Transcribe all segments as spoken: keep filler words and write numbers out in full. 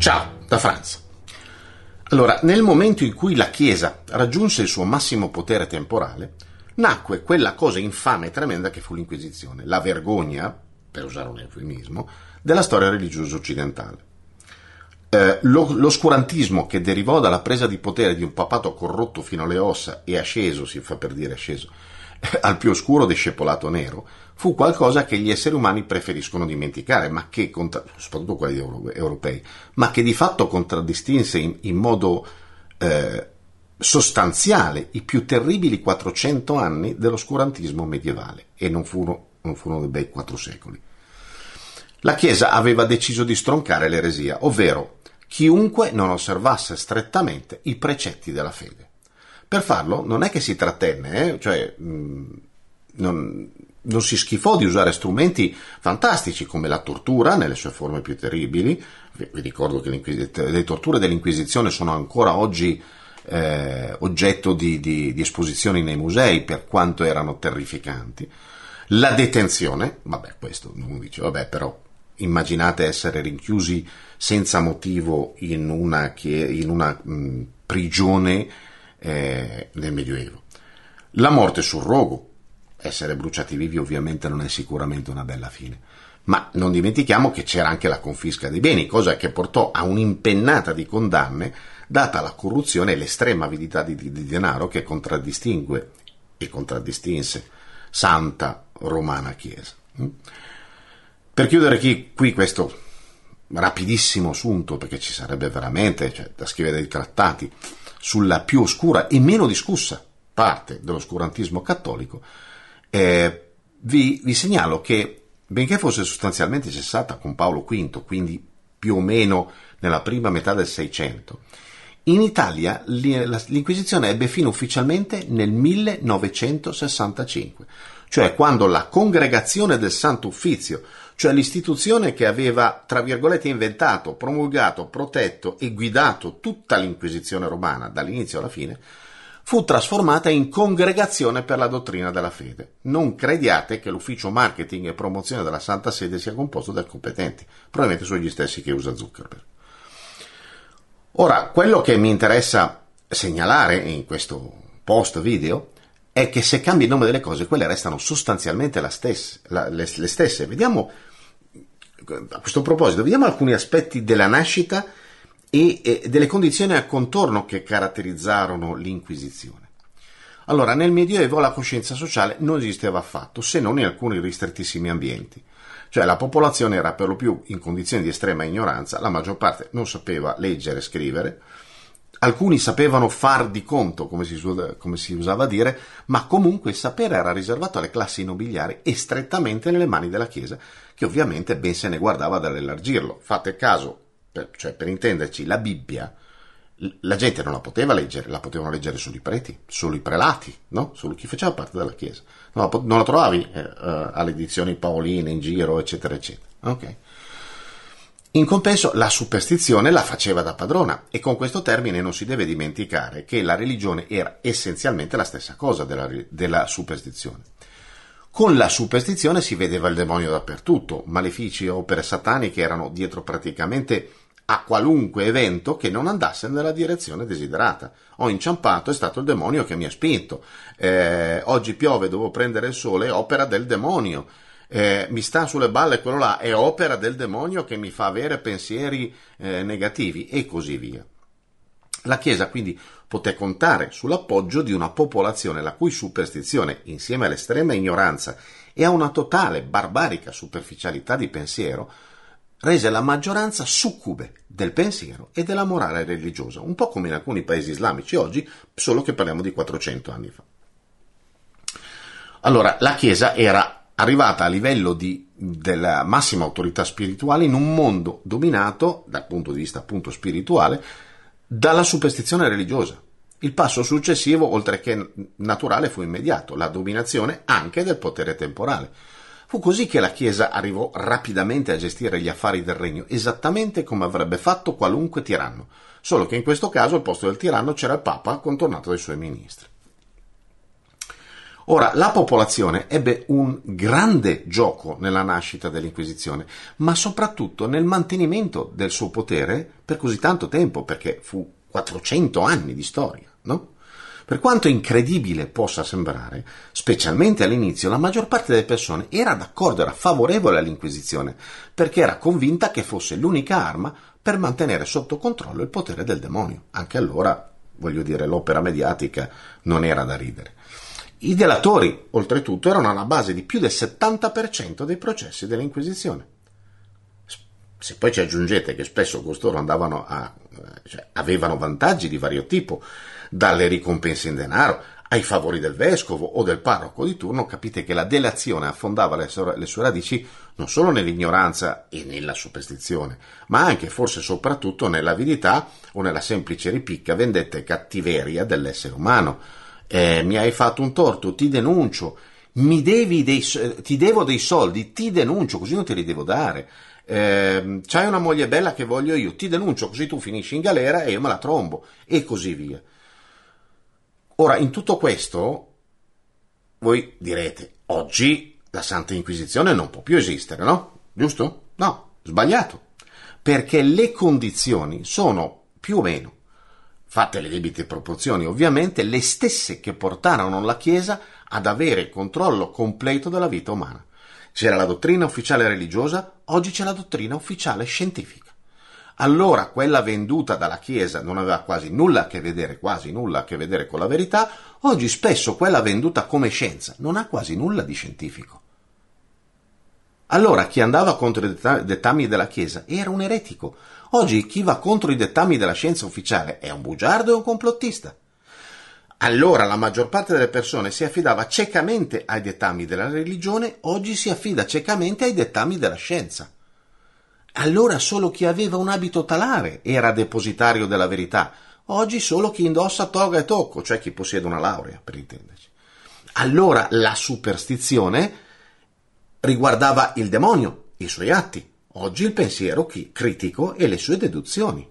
Ciao, da Franz. Allora, nel momento in cui la Chiesa raggiunse il suo massimo potere temporale, nacque quella cosa infame e tremenda che fu l'Inquisizione, la vergogna, per usare un eufemismo, della storia religiosa occidentale. Eh, lo, l'oscurantismo che derivò dalla presa di potere di un papato corrotto fino alle ossa e asceso, si fa per dire asceso, al più oscuro discepolato nero, fu qualcosa che gli esseri umani preferiscono dimenticare, ma che, soprattutto quelli europei, ma che di fatto contraddistinse in, in modo eh, sostanziale i più terribili quattrocento anni dell'oscurantismo medievale, e non furono, non furono dei bei quattro secoli. La Chiesa aveva deciso di stroncare l'eresia, ovvero chiunque non osservasse strettamente i precetti della fede. Per farlo non è che si trattenne, eh? cioè mh, non, non si schifò di usare strumenti fantastici come la tortura nelle sue forme più terribili. Vi, vi ricordo che le torture dell'Inquisizione sono ancora oggi eh, oggetto di, di, di esposizioni nei musei, per quanto erano terrificanti. La detenzione, vabbè, questo non dice, vabbè, però immaginate essere rinchiusi senza motivo in una, in una mh, prigione eh, nel Medioevo. La morte sul rogo, essere bruciati vivi ovviamente non è sicuramente una bella fine, ma non dimentichiamo che c'era anche la confisca dei beni, cosa che portò a un'impennata di condanne data la corruzione e l'estrema avidità di, di, di denaro che contraddistingue e contraddistinse Santa Romana Chiesa. Per chiudere qui, qui questo rapidissimo assunto, perché ci sarebbe veramente cioè, da scrivere dei trattati sulla più oscura e meno discussa parte dell'oscurantismo cattolico, eh, vi, vi segnalo che, benché fosse sostanzialmente cessata con Paolo quinto, quindi più o meno nella prima metà del Seicento, in Italia l'Inquisizione ebbe fine ufficialmente nel millenovecentosessantacinque, cioè quando la Congregazione del Santo Uffizio, cioè l'istituzione che aveva, tra virgolette, inventato, promulgato, protetto e guidato tutta l'Inquisizione romana dall'inizio alla fine, fu trasformata in Congregazione per la Dottrina della Fede. Non crediate che l'ufficio marketing e promozione della Santa Sede sia composto da competenti, probabilmente sono gli stessi che usa Zuckerberg. Ora, quello che mi interessa segnalare in questo post video è che se cambi il nome delle cose, quelle restano sostanzialmente la stesse, la, le, le stesse. Vediamo, a questo proposito, vediamo alcuni aspetti della nascita e, e delle condizioni a contorno che caratterizzarono l'Inquisizione. Allora, nel Medioevo la coscienza sociale non esisteva affatto, se non in alcuni ristrettissimi ambienti. Cioè la popolazione era per lo più in condizioni di estrema ignoranza, la maggior parte non sapeva leggere e scrivere, alcuni sapevano far di conto, come si, come si usava dire, ma comunque il sapere era riservato alle classi nobiliari e strettamente nelle mani della Chiesa, che ovviamente ben se ne guardava dall'elargirlo. Fate caso, per, cioè per intenderci, la Bibbia, la gente non la poteva leggere, la potevano leggere solo i preti, solo i prelati, no? Solo chi faceva parte della Chiesa. Non la, non la trovavi eh, uh, alle edizioni paoline in giro, eccetera, eccetera. Ok. In compenso la superstizione la faceva da padrona, e con questo termine non si deve dimenticare che la religione era essenzialmente la stessa cosa della, della superstizione. Con la superstizione si vedeva il demonio dappertutto, malefici e opere sataniche erano dietro praticamente a qualunque evento che non andasse nella direzione desiderata. Ho inciampato, è stato il demonio che mi ha spinto. Eh, oggi piove, devo prendere il sole, è opera del demonio. Eh, mi sta sulle balle quello là, è opera del demonio che mi fa avere pensieri eh, negativi, e così via. La Chiesa quindi poté contare sull'appoggio di una popolazione la cui superstizione, insieme all'estrema ignoranza e a una totale barbarica superficialità di pensiero, rese la maggioranza succube del pensiero e della morale religiosa, un po' come in alcuni paesi islamici oggi, solo che parliamo di quattrocento anni fa. Allora, la Chiesa era arrivata a livello di, della massima autorità spirituale in un mondo dominato, dal punto di vista appunto spirituale, dalla superstizione religiosa. Il passo successivo, oltre che naturale, fu immediato, la dominazione anche del potere temporale. Fu così che la Chiesa arrivò rapidamente a gestire gli affari del regno, esattamente come avrebbe fatto qualunque tiranno, solo che in questo caso al posto del tiranno c'era il Papa contornato dai suoi ministri. Ora, la popolazione ebbe un grande gioco nella nascita dell'Inquisizione, ma soprattutto nel mantenimento del suo potere per così tanto tempo, perché fu quattrocento anni di storia, no? Per quanto incredibile possa sembrare, specialmente all'inizio, la maggior parte delle persone era d'accordo, era favorevole all'Inquisizione, perché era convinta che fosse l'unica arma per mantenere sotto controllo il potere del demonio. Anche allora, voglio dire, l'opera mediatica non era da ridere. I delatori, oltretutto, erano alla base di più del settanta per cento dei processi dell'Inquisizione. Se poi ci aggiungete che spesso costoro andavano a, cioè, avevano vantaggi di vario tipo, dalle ricompense in denaro ai favori del vescovo o del parroco di turno, capite che la delazione affondava le sue, le sue radici non solo nell'ignoranza e nella superstizione, ma anche, forse soprattutto, nell'avidità o nella semplice ripicca, vendetta e cattiveria dell'essere umano. Eh, mi hai fatto un torto, ti denuncio, mi devi dei, ti devo dei soldi, ti denuncio, così non te li devo dare. Eh, c'hai una moglie bella che voglio io, ti denuncio, così tu finisci in galera e io me la trombo, e così via. Ora, in tutto questo, voi direte, oggi la Santa Inquisizione non può più esistere, no? Giusto? No, sbagliato. Perché le condizioni sono più o meno, fatte le debite proporzioni ovviamente, le stesse che portarono la Chiesa ad avere il controllo completo della vita umana. C'era la dottrina ufficiale religiosa, oggi c'è la dottrina ufficiale scientifica. Allora quella venduta dalla Chiesa non aveva quasi nulla a che vedere, quasi nulla a che vedere con la verità, oggi spesso quella venduta come scienza non ha quasi nulla di scientifico. Allora chi andava contro i dettami della Chiesa era un eretico. Oggi chi va contro i dettami della scienza ufficiale è un bugiardo e un complottista. Allora la maggior parte delle persone si affidava ciecamente ai dettami della religione, oggi si affida ciecamente ai dettami della scienza. Allora solo chi aveva un abito talare era depositario della verità, oggi solo chi indossa toga e tocco, cioè chi possiede una laurea, per intenderci. Allora la superstizione riguardava il demonio, i suoi atti, oggi il pensiero critico e le sue deduzioni.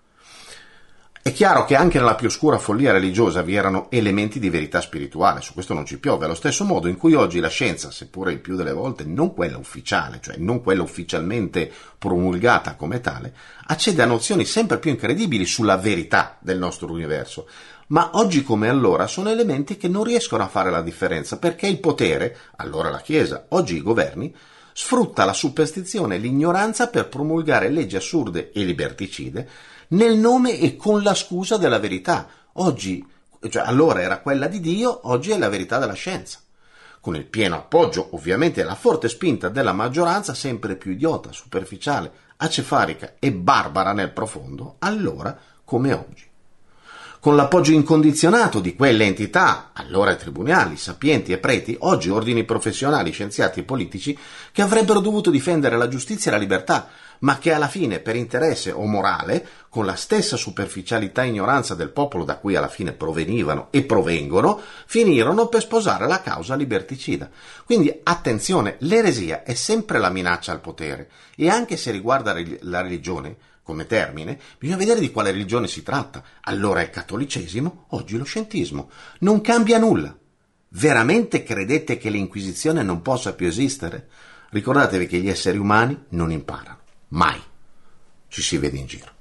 È chiaro che anche nella più oscura follia religiosa vi erano elementi di verità spirituale, su questo non ci piove, allo stesso modo in cui oggi la scienza, seppure il più delle volte non quella ufficiale, cioè non quella ufficialmente promulgata come tale, accede a nozioni sempre più incredibili sulla verità del nostro universo, ma oggi come allora sono elementi che non riescono a fare la differenza, perché il potere, allora la Chiesa, oggi i governi, sfrutta la superstizione e l'ignoranza per promulgare leggi assurde e liberticide nel nome e con la scusa della verità. Oggi, cioè allora era quella di Dio, oggi è la verità della scienza. Con il pieno appoggio, ovviamente, e la forte spinta della maggioranza sempre più idiota, superficiale, acefarica e barbara nel profondo, allora come oggi. Con l'appoggio incondizionato di quelle entità, allora tribunali, sapienti e preti, oggi ordini professionali, scienziati e politici, che avrebbero dovuto difendere la giustizia e la libertà, ma che alla fine, per interesse o morale, con la stessa superficialità e ignoranza del popolo da cui alla fine provenivano e provengono, finirono per sposare la causa liberticida. Quindi, attenzione, l'eresia è sempre la minaccia al potere, e anche se riguarda la religione, come termine, bisogna vedere di quale religione si tratta. Allora è cattolicesimo, oggi lo scientismo. Non cambia nulla. Veramente credete che l'Inquisizione non possa più esistere? Ricordatevi che gli esseri umani non imparano. Mai. Ci si vede in giro.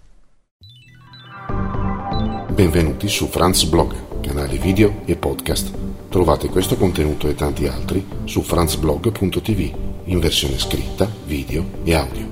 Benvenuti su Franz Blog, canale video e podcast. Trovate questo contenuto e tanti altri su franzblog punto tv in versione scritta, video e audio.